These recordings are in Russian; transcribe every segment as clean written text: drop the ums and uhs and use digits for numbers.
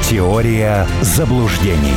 Теория заблуждений.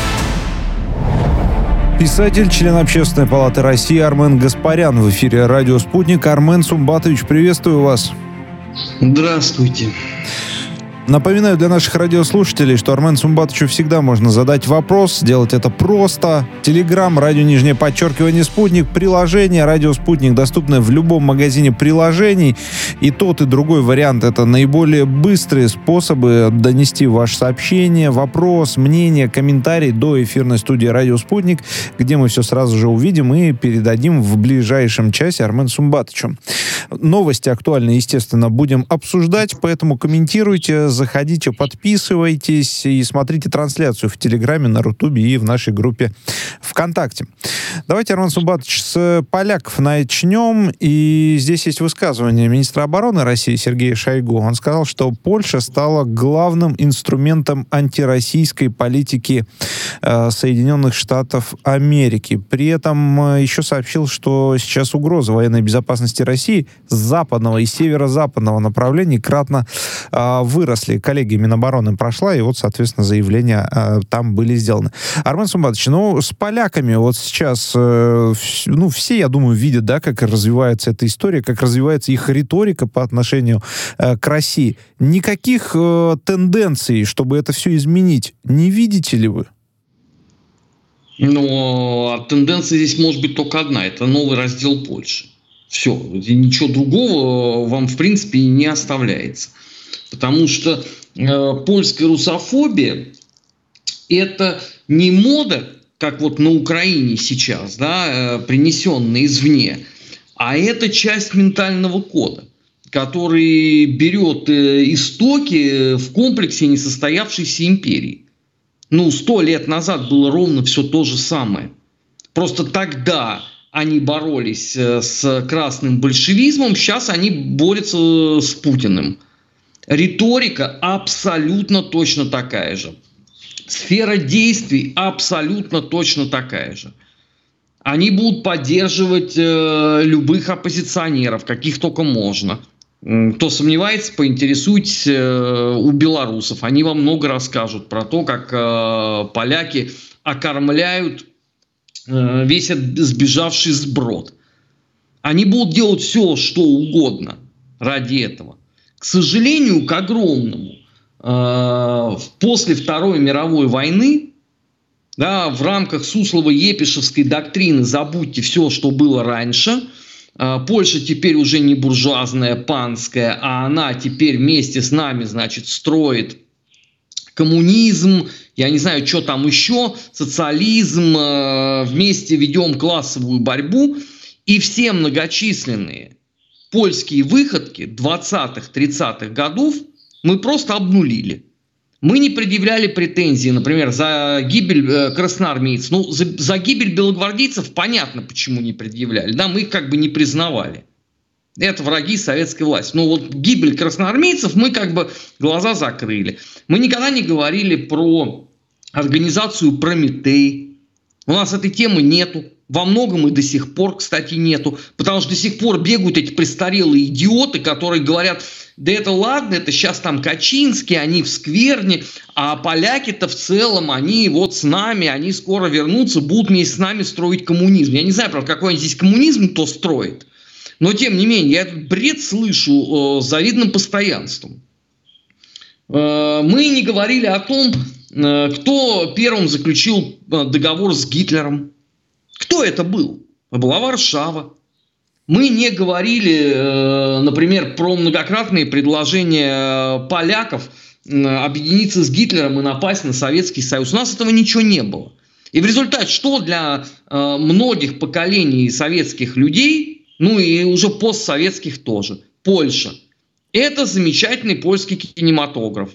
Писатель, член Общественной палаты России Армен Гаспарян в эфире «Радио Спутник». Армен Сумбатович, приветствую вас. Здравствуйте. Напоминаю для наших радиослушателей, что Армену Сумбатовичу всегда можно задать вопрос, сделать это просто. Телеграм, _, Спутник, приложение «Радио Спутник» доступно в любом магазине приложений. И тот, и другой вариант — это наиболее быстрые способы донести ваше сообщение, вопрос, мнение, комментарий до эфирной студии «Радио Спутник», где мы все сразу же увидим и передадим в ближайшем часе Армену Сумбатовичу. Новости актуальные, естественно, будем обсуждать, поэтому комментируйте, заходите, подписывайтесь и смотрите трансляцию в Телеграме, на Рутубе и в нашей группе ВКонтакте. Давайте, Армен Сумбатович, с поляков начнем. И здесь есть высказывание министра обороны России Сергея Шойгу. Он сказал, что Польша стала главным инструментом антироссийской политики Соединенных Штатов Америки. При этом еще сообщил, что сейчас угроза военной безопасности России с западного и северо-западного направлений кратно выросли. Коллегия Минобороны прошла, и вот, соответственно, заявления там были сделаны. Армен Сумбатович, с поляками вот сейчас, все, я думаю, видят, да, как развивается эта история, как развивается их риторика по отношению к России. Никаких тенденций, чтобы это все изменить, не видите ли вы? Но тенденция здесь может быть только одна. Это новый раздел Польши. Все. Ничего другого вам, в принципе, не оставляется. Потому что польская русофобия – это не мода, как вот на Украине сейчас, да, принесенная извне, а это часть ментального кода, который берет истоки в комплексе несостоявшейся империи. 100 лет назад было ровно все то же самое. Просто тогда они боролись с красным большевизмом, сейчас они борются с Путиным. Риторика абсолютно точно такая же. Сфера действий абсолютно точно такая же. Они будут поддерживать любых оппозиционеров, каких только можно. Кто сомневается, поинтересуйтесь у белорусов. Они вам много расскажут про то, как поляки окормляют весь этот сбежавший сброд. Они будут делать все, что угодно ради этого. К сожалению, к огромному, после Второй мировой войны, да, в рамках Суслово-Епишевской доктрины «забудьте все, что было раньше», Польша теперь уже не буржуазная, панская, а она теперь вместе с нами, значит, строит коммунизм, я не знаю, что там еще, социализм, вместе ведем классовую борьбу, и все многочисленные польские выходки 20-30-х годов мы просто обнулили. Мы не предъявляли претензий, например, за гибель красноармейцев. За гибель белогвардейцев понятно, почему не предъявляли. Да, мы их как бы не признавали. Это враги советской власти. Но вот гибель красноармейцев мы как бы глаза закрыли. Мы никогда не говорили про организацию «Прометей». У нас этой темы нету. Во многом и до сих пор, кстати, нету. Потому что до сих пор бегают эти престарелые идиоты, которые говорят: да это ладно, это сейчас там Качинский, они в скверне, а поляки-то в целом, они вот с нами, они скоро вернутся, будут вместе с нами строить коммунизм. Я не знаю, правда, какой здесь коммунизм кто строит, но тем не менее, я этот бред слышу с завидным постоянством. Мы не говорили о том, кто первым заключил договор с Гитлером. Кто это был? Была Варшава. Мы не говорили, например, про многократные предложения поляков объединиться с Гитлером и напасть на Советский Союз. У нас этого ничего не было. И в результате, что для многих поколений советских людей, и уже постсоветских тоже, Польша – это замечательный польский кинематограф.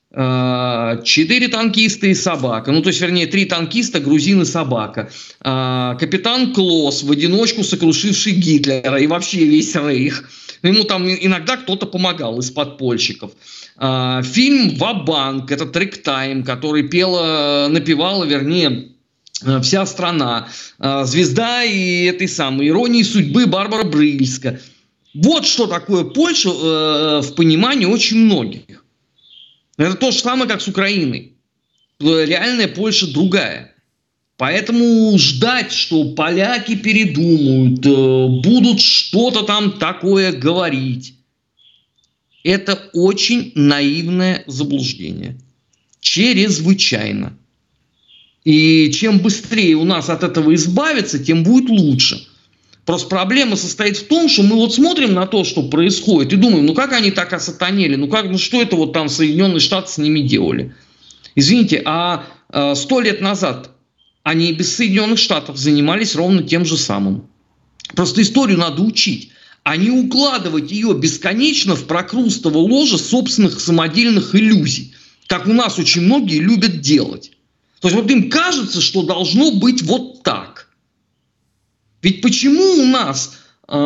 4 танкиста и собака. 3 танкиста, грузин и собака. Капитан Клосс, в одиночку сокрушивший Гитлера и вообще весь рейх. Ему там иногда кто-то помогал из подпольщиков. Фильм «Ва-банк», это трек-тайм, который напевала вся страна. Звезда и этой самой «Иронии судьбы» Барбара Брыльска. Вот что такое Польша в понимании очень многих. Это то же самое, как с Украиной. Реальная Польша другая. Поэтому ждать, что поляки передумают, будут что-то там такое говорить, это очень наивное заблуждение. Чрезвычайно. И чем быстрее у нас от этого избавиться, тем будет лучше. Просто проблема состоит в том, что мы вот смотрим на то, что происходит, и думаем, ну как они так осатанели, ну что это вот там Соединенные Штаты с ними делали? Извините, 100 лет назад они без Соединенных Штатов занимались ровно тем же самым. Просто историю надо учить, а не укладывать ее бесконечно в прокрустово ложе собственных самодельных иллюзий, как у нас очень многие любят делать. То есть вот им кажется, что должно быть вот так. Ведь почему у нас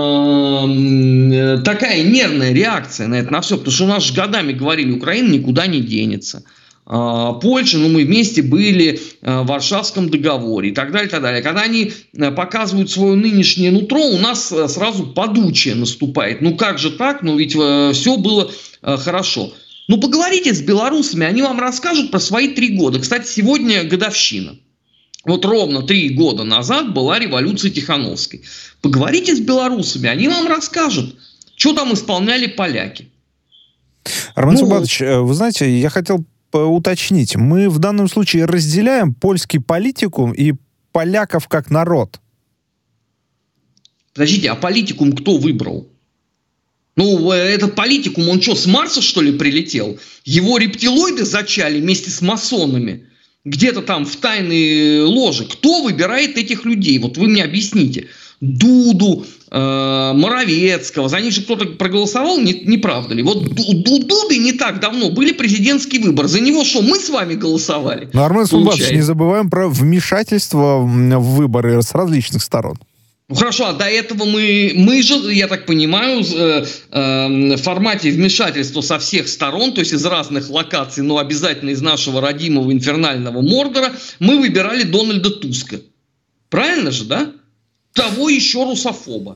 такая нервная реакция на это, на все? Потому что у нас же годами говорили, Украина никуда не денется. Польша, мы вместе были в Варшавском договоре и так далее, и так далее. Когда они показывают свое нынешнее нутро, у нас сразу подучие наступает. Ну как же так? Ну ведь все было хорошо. Ну поговорите с белорусами, они вам расскажут про свои 3 года. Кстати, сегодня годовщина. Вот ровно 3 года назад была революция Тихановской. Поговорите с белорусами, они вам расскажут, что там исполняли поляки. Армен Сумбатович, вы знаете, я хотел уточнить. Мы в данном случае разделяем польский политикум и поляков как народ. Подождите, а политикум кто выбрал? Ну, этот политикум, он что, с Марса, что ли, прилетел? Его рептилоиды зачали вместе с масонами? Где-то там в тайной ложе. Кто выбирает этих людей? Вот вы мне объясните. Дуду, Моровецкого. За них же кто-то проголосовал, не правда ли? Вот у Дуды не так давно были президентские выборы. За него что, мы с вами голосовали? Но, Армен Сумбатович, не забываем про вмешательство в выборы с различных сторон. Ну хорошо, а до этого мы же, я так понимаю, в формате вмешательства со всех сторон, то есть из разных локаций, но обязательно из нашего родимого инфернального Мордора, мы выбирали Дональда Туска. Правильно же, да? Того еще русофоба.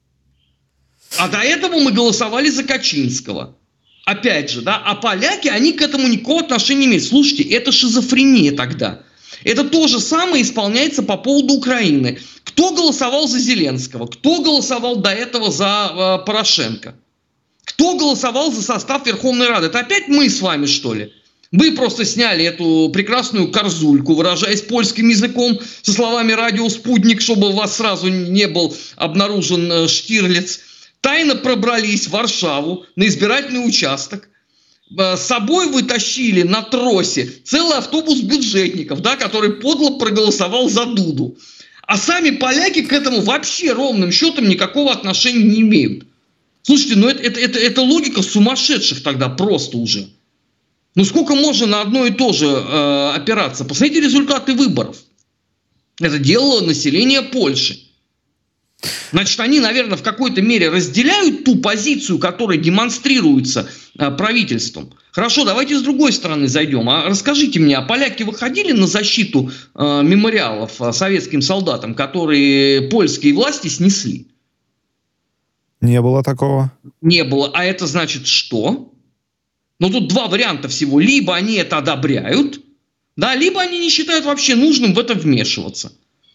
А до этого мы голосовали за Качинского. Опять же, да, а поляки, они к этому никакого отношения не имеют. Слушайте, это шизофрения тогда. Это то же самое исполняется по поводу Украины. Кто голосовал за Зеленского? Кто голосовал до этого за Порошенко? Кто голосовал за состав Верховной Рады? Это опять мы с вами, что ли? Вы просто сняли эту прекрасную корзульку, выражаясь польским языком, со словами «Радио Спутник», чтобы у вас сразу не был обнаружен Штирлиц. Тайно пробрались в Варшаву на избирательный участок. С собой вытащили на тросе целый автобус бюджетников, да, который подло проголосовал за Дуду. А сами поляки к этому вообще ровным счетом никакого отношения не имеют. Слушайте, ну это логика сумасшедших тогда просто уже. Ну сколько можно на одно и то же опираться? Посмотрите результаты выборов. Это делало население Польши. Значит, они, наверное, в какой-то мере разделяют ту позицию, которая демонстрируется правительством. Хорошо, давайте с другой стороны зайдем. А расскажите мне, а поляки выходили на защиту мемориалов советским солдатам, которые польские власти снесли? Не было такого. Не было. А это значит что? Ну, тут 2 варианта всего. Либо они это одобряют, да, либо они не считают вообще нужным в это вмешиваться.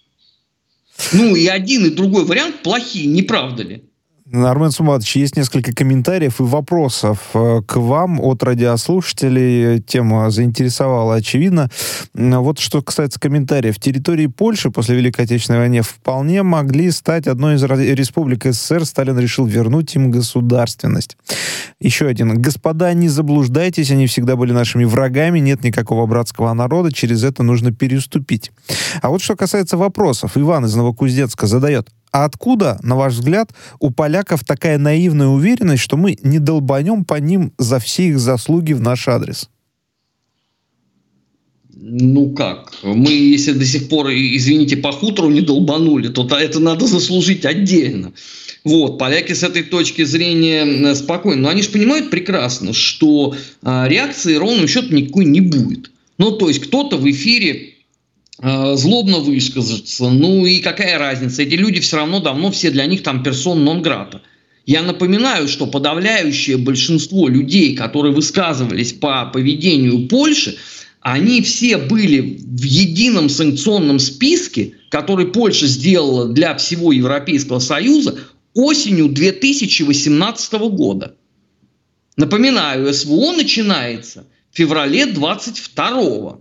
Ну, и один, и другой вариант плохие, не правда ли? Армен Сумбатович, есть несколько комментариев и вопросов к вам от радиослушателей. Тема заинтересовала, очевидно. Вот что касается комментариев. Территории Польши после Великой Отечественной войны вполне могли стать одной из республик СССР. Сталин решил вернуть им государственность. Еще один. Господа, не заблуждайтесь, они всегда были нашими врагами. Нет никакого братского народа. Через это нужно переступить. А вот что касается вопросов. Иван из Новокузнецка задает. А откуда, на ваш взгляд, у поляков такая наивная уверенность, что мы не долбанем по ним за все их заслуги в наш адрес? Ну как? Мы, если до сих пор, извините, по хутору не долбанули, то это надо заслужить отдельно. Вот, поляки с этой точки зрения спокойны. Но они же понимают прекрасно, что реакции ровным счетом никакой не будет. Ну, то есть кто-то в эфире злобно высказаться, ну и какая разница, эти люди все равно давно все для них там персон нон грата. Я напоминаю, что подавляющее большинство людей, которые высказывались по поведению Польши, они все были в едином санкционном списке, который Польша сделала для всего Европейского Союза осенью 2018 года. Напоминаю, СВО начинается в феврале 22-го.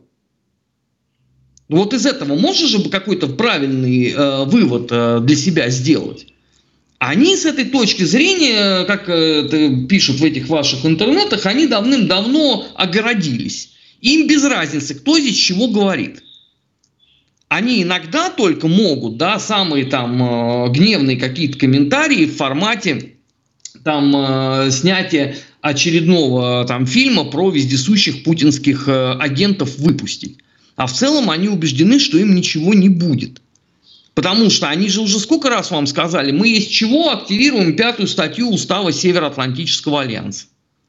Вот из этого можно же какой-то правильный вывод для себя сделать. Они с этой точки зрения, как это пишут в этих ваших интернетах, они давным-давно огородились. Им без разницы, кто здесь чего говорит. Они иногда только могут, да, самые там гневные какие-то комментарии в формате там снятия очередного там фильма про вездесущих путинских агентов выпустить. А в целом они убеждены, что им ничего не будет. Потому что они же уже сколько раз вам сказали, мы из чего активируем 5-ю статью Устава Североатлантического альянса.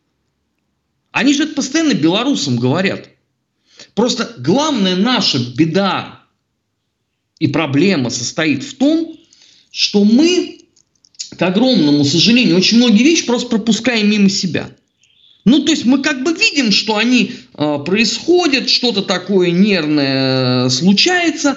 Они же это постоянно белорусам говорят. Просто главная наша беда и проблема состоит в том, что мы, к огромному сожалению, очень многие вещи просто пропускаем мимо себя. Ну, то есть мы как бы видим, что они происходят, что-то такое нервное случается,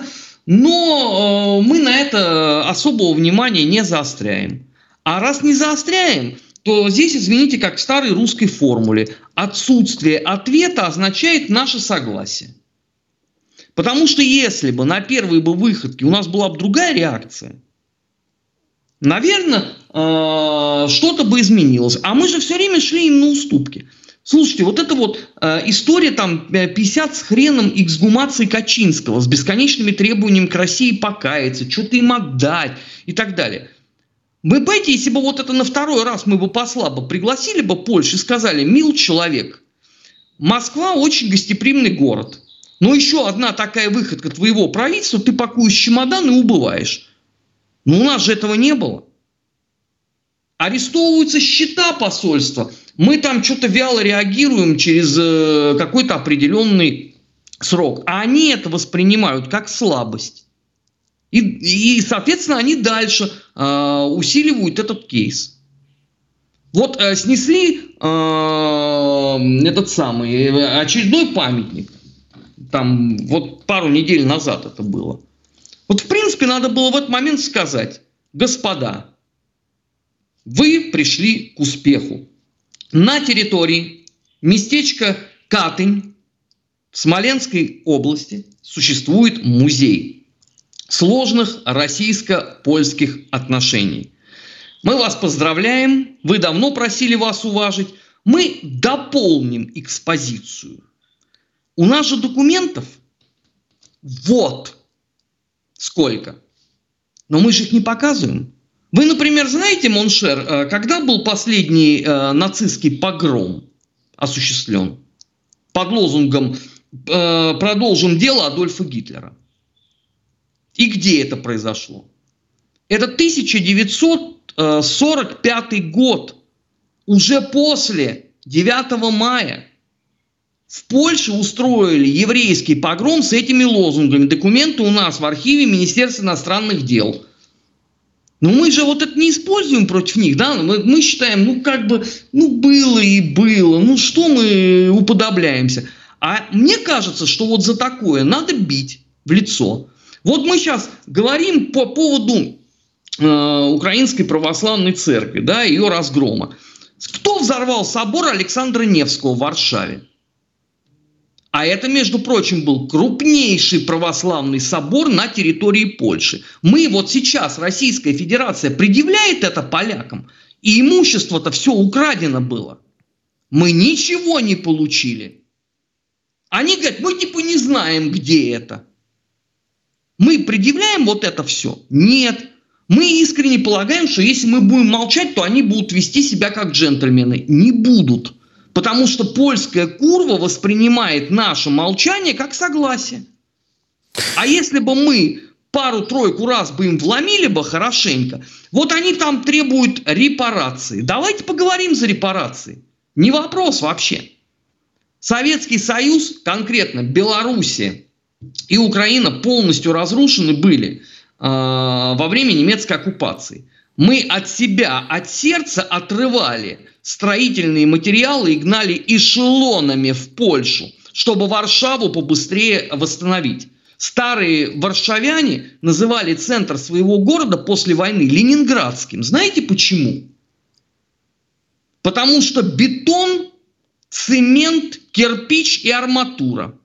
но мы на это особого внимания не заостряем. А раз не заостряем, то здесь, извините, как в старой русской формуле, отсутствие ответа означает наше согласие. Потому что если бы на первые бы выходки у нас была бы другая реакция, наверное, что-то бы изменилось. А мы же все время шли им на уступки. Слушайте, вот эта вот история там 50 с хреном эксгумации Качинского с бесконечными требованиями к России покаяться, что-то им отдать и так далее. Вы понимаете, если бы вот это на второй раз мы бы посла бы пригласили бы Польшу и сказали: мил человек, Москва очень гостеприимный город, но еще одна такая выходка твоего правительства, ты пакуешь чемодан и убываешь. Но у нас же этого не было. Арестовываются счета посольства, мы там что-то вяло реагируем через какой-то определенный срок, а они это воспринимают как слабость. И соответственно, они дальше усиливают этот кейс. Вот снесли этот самый очередной памятник. Там вот пару недель назад это было. Вот в принципе надо было в этот момент сказать: господа, вы пришли к успеху. На территории местечка Катынь в Смоленской области существует музей сложных российско-польских отношений. Мы вас поздравляем, вы давно просили вас уважить. Мы дополним экспозицию. У нас же документов вот сколько. Но мы же их не показываем. Вы, например, знаете, Моншер, когда был последний нацистский погром осуществлен? Под лозунгом «Продолжим дело Адольфа Гитлера». И где это произошло? Это 1945 год. Уже после 9 мая в Польше устроили еврейский погром с этими лозунгами. Документы у нас в архиве Министерства иностранных дел. Но мы же вот это не используем против них, да? Мы считаем, ну как бы, ну было и было, ну что мы уподобляемся. А мне кажется, что вот за такое надо бить в лицо. Вот мы сейчас говорим по поводу Украинской Православной Церкви, да, ее разгрома. Кто взорвал собор Александра Невского в Варшаве? А это, между прочим, был крупнейший православный собор на территории Польши. Мы вот сейчас, Российская Федерация, предъявляет это полякам, и имущество-то все украдено было. Мы ничего не получили. Они говорят, мы типа не знаем, где это. Мы предъявляем вот это все? Нет. Мы искренне полагаем, что если мы будем молчать, то они будут вести себя как джентльмены. Не будут. Потому что польская курва воспринимает наше молчание как согласие. А если бы мы пару-тройку раз бы им вломили бы хорошенько, вот они там требуют репарации. Давайте поговорим за репарации. Не вопрос вообще. Советский Союз, конкретно Белоруссия и Украина полностью разрушены были во время немецкой оккупации. Мы от себя, от сердца отрывали строительные материалы и гнали эшелонами в Польшу, чтобы Варшаву побыстрее восстановить. Старые варшавяне называли центр своего города после войны Ленинградским. Знаете почему? Потому что бетон, цемент, кирпич и арматура.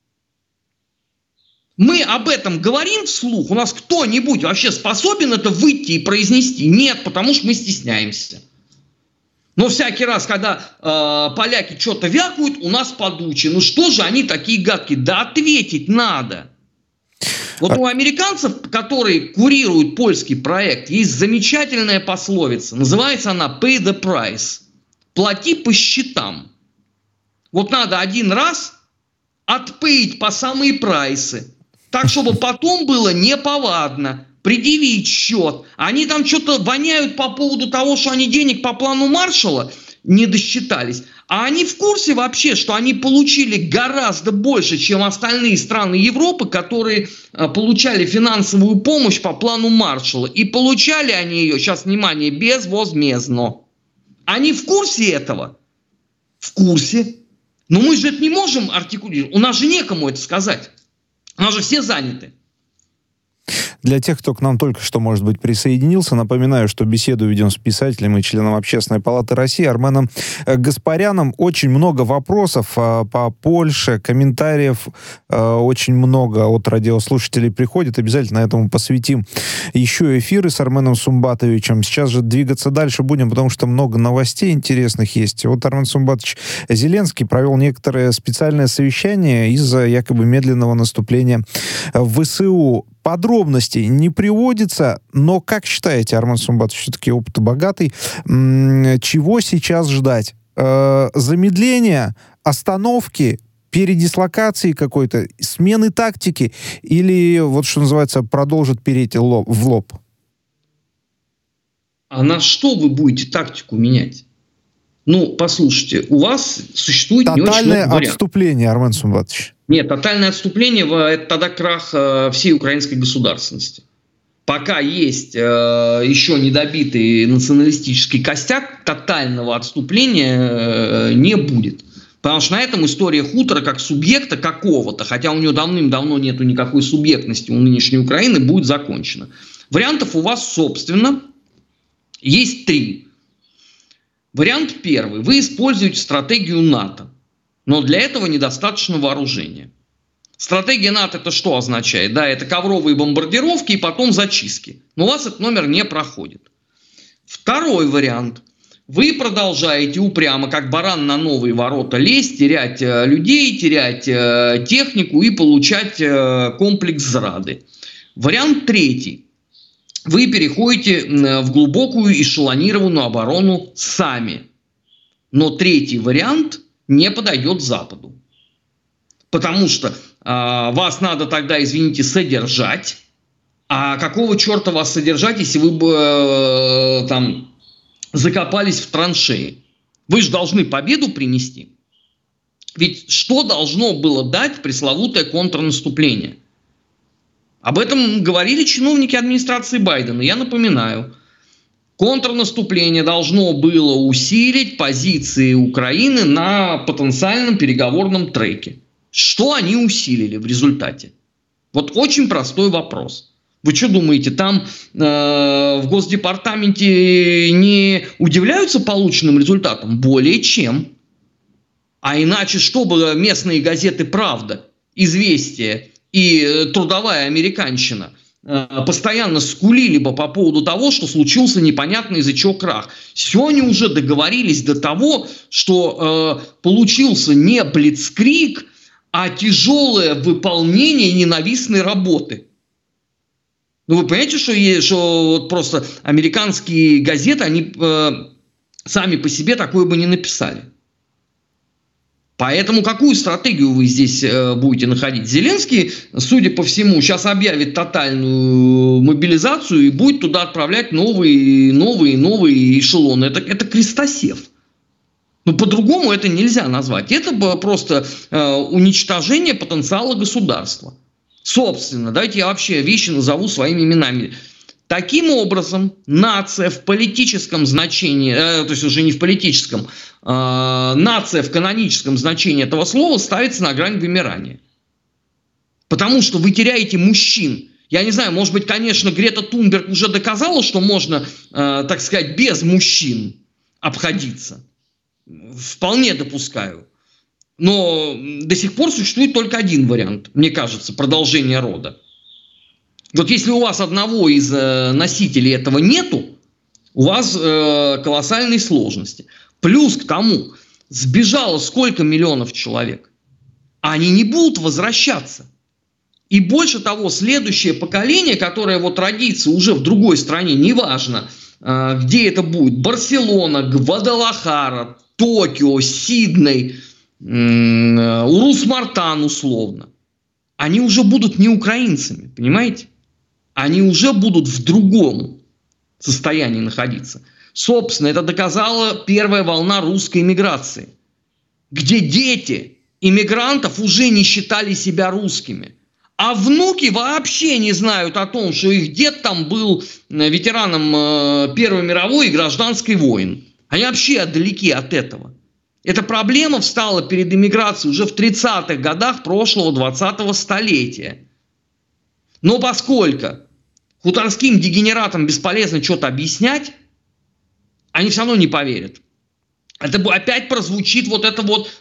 Мы об этом говорим вслух? У нас кто-нибудь вообще способен это выйти и произнести? Нет, потому что мы стесняемся. Но всякий раз, когда поляки что-то вякают, у нас подучи. Ну что же они такие гадкие? Да ответить надо. Вот у американцев, которые курируют польский проект, есть замечательная пословица. Называется она «pay the price». Плати по счетам. Вот надо один раз отпеять по самые прайсы. Так, чтобы потом было неповадно. Предъявить счет. Они там что-то воняют по поводу того, что они денег по плану Маршалла не досчитались. А они в курсе вообще, что они получили гораздо больше, чем остальные страны Европы, которые получали финансовую помощь по плану Маршалла. И получали они ее, сейчас внимание, безвозмездно. Они в курсе этого? В курсе. Но мы же это не можем артикулировать. У нас же некому это сказать. У нас же все заняты. Для тех, кто к нам только что, может быть, присоединился, напоминаю, что беседу ведем с писателем и членом Общественной палаты России Арменом Гаспаряном. Очень много вопросов по Польше, комментариев очень много от радиослушателей приходит. Обязательно этому посвятим еще эфиры с Арменом Сумбатовичем. Сейчас же двигаться дальше будем, потому что много новостей интересных есть. Вот Армен Сумбатович Зеленский провел некоторое специальное совещание из-за якобы медленного наступления в ВСУ. Подробностей не приводится, но как считаете, Армен Сумбатович, все-таки опыт богатый, чего сейчас ждать? Замедления, остановки, передислокации какой-то, смены тактики или, вот что называется, продолжит переть в лоб? А на что вы будете тактику менять? Ну, послушайте, у вас существует не очень много вариантов. Тотальное отступление, Армен Сумбатович. Нет, тотальное отступление – это тогда крах всей украинской государственности. Пока есть еще недобитый националистический костяк, тотального отступления не будет. Потому что на этом история хутора как субъекта какого-то, хотя у нее давным-давно нету никакой субъектности у нынешней Украины, будет закончена. Вариантов у вас, собственно, есть 3. Вариант первый. Вы используете стратегию НАТО. Но для этого недостаточно вооружения. Стратегия НАТО это что означает? Да, это ковровые бомбардировки и потом зачистки. Но у вас этот номер не проходит. Второй вариант. Вы продолжаете упрямо, как баран на новые ворота, лезть, терять людей, терять технику и получать комплекс зрады. Вариант третий. Вы переходите в глубокую эшелонированную оборону сами. Но третий вариант не подойдет Западу. Потому что вас надо тогда, извините, содержать. А какого черта вас содержать, если вы бы там закопались в траншеи? Вы же должны победу принести. Ведь что должно было дать пресловутое контрнаступление? Об этом говорили чиновники администрации Байдена. Я напоминаю. Контрнаступление должно было усилить позиции Украины на потенциальном переговорном треке. Что они усилили в результате? Вот очень простой вопрос. Вы что думаете, там в Госдепартаменте не удивляются полученным результатом? Более чем. А иначе, чтобы местные газеты «Правда», «Известия» и «Трудовая американщина» постоянно скулили бы по поводу того, что случился непонятно из-за чего крах. Сегодня уже договорились до того, что получился не блицкриг, а тяжелое выполнение ненавистной работы. Ну, вы понимаете, что вот просто американские газеты, они сами по себе такое бы не написали. Поэтому какую стратегию вы здесь будете находить? Зеленский, судя по всему, сейчас объявит тотальную мобилизацию и будет туда отправлять новые эшелоны. Это крестосев. Но по-другому это нельзя назвать. Это было просто уничтожение потенциала государства. Собственно, давайте я вообще вещи назову своими именами. Таким образом, нация в политическом значении, то есть уже не в политическом, нация в каноническом значении этого слова ставится на грань вымирания. Потому что вы теряете мужчин. Я не знаю, может быть, конечно, Грета Тунберг уже доказала, что можно, так сказать, без мужчин обходиться. Вполне допускаю. Но до сих пор существует только один вариант, мне кажется, продолжения рода. Вот если у вас одного из носителей этого нету, у вас колоссальные сложности. Плюс к тому, сбежало сколько миллионов человек. Они не будут возвращаться. И больше того, следующее поколение, которое вот родится уже в другой стране, неважно, где это будет, Барселона, Гвадалахара, Токио, Сидней, Урус-Мартан условно, они уже будут не украинцами, понимаете? Они уже будут в другом состоянии находиться. Собственно, это доказала первая волна русской эмиграции, где дети иммигрантов уже не считали себя русскими. А внуки вообще не знают о том, что их дед там был ветераном Первой мировой и гражданской войн. Они вообще далеки от этого. Эта проблема встала перед эмиграцией уже в 30-х годах прошлого 20-го столетия. Но поскольку хуторским дегенератам бесполезно что-то объяснять, они все равно не поверят. Это опять прозвучит вот это вот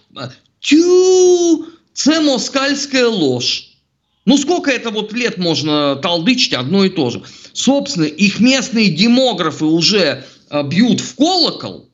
«це москальская ложь». Ну, сколько это вот лет можно толдычить одно и то же? Собственно, их местные демографы уже бьют в колокол,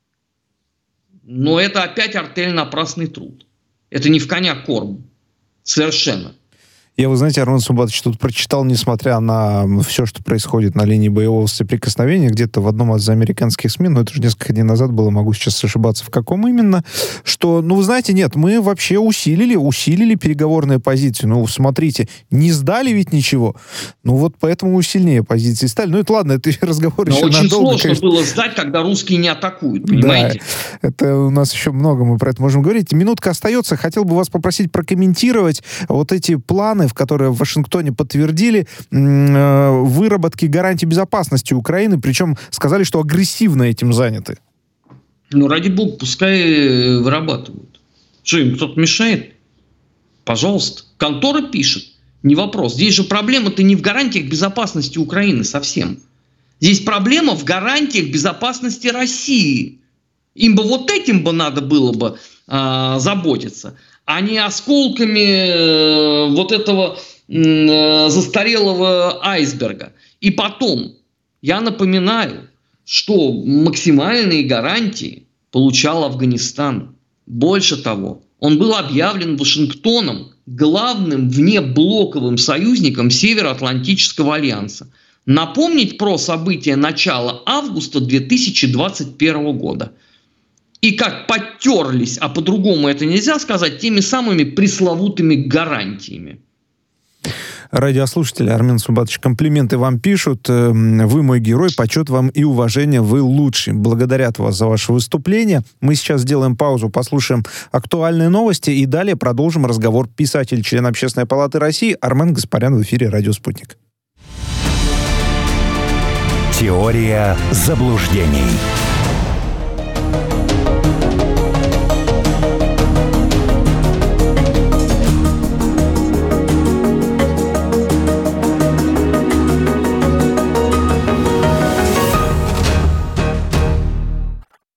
но это опять артель напрасный труд. Это не в коня корм. Совершенно. Я, вы знаете, Армен Сумбатович, тут прочитал, несмотря на все, что происходит на линии боевого соприкосновения, где-то в одном из американских СМИ, но это уже несколько дней назад было, могу сейчас ошибаться, в каком именно, что, ну, вы знаете, нет, мы вообще усилили переговорную позицию. Ну, смотрите, не сдали ведь ничего. Ну, вот поэтому сильнее позиции стали. Ну, это ладно, это разговор еще надолго. Но очень сложно, конечно, было сдать, когда русские не атакуют, понимаете? Да, это у нас еще много, мы про это можем говорить. Минутка остается. Хотел бы вас попросить прокомментировать вот эти планы, в которые в Вашингтоне подтвердили выработки гарантий безопасности Украины, причем сказали, что агрессивно этим заняты. Ну, ради бога, пускай вырабатывают. Что, им кто-то мешает? Пожалуйста. Контора пишет. Не вопрос. Здесь же проблема-то не в гарантиях безопасности Украины совсем. Здесь проблема в гарантиях безопасности России. Им бы вот этим бы надо было бы заботиться, а не осколками вот этого застарелого айсберга. И потом, я напоминаю, что максимальные гарантии получал Афганистан. Больше того, он был объявлен Вашингтоном главным внеблоковым союзником Североатлантического альянса. Напомнить про события начала августа 2021 года. И как подтерлись, а по-другому это нельзя сказать, теми самыми пресловутыми гарантиями. Радиослушатели, Армен Сумбатович, комплименты вам пишут. Вы мой герой, почет вам и уважение, вы лучший. Благодарят вас за ваше выступление. Мы сейчас сделаем паузу, послушаем актуальные новости и далее продолжим разговор. Писатель, член Общественной палаты России Армен Гаспарян в эфире «Радио Спутник». Теория заблуждений.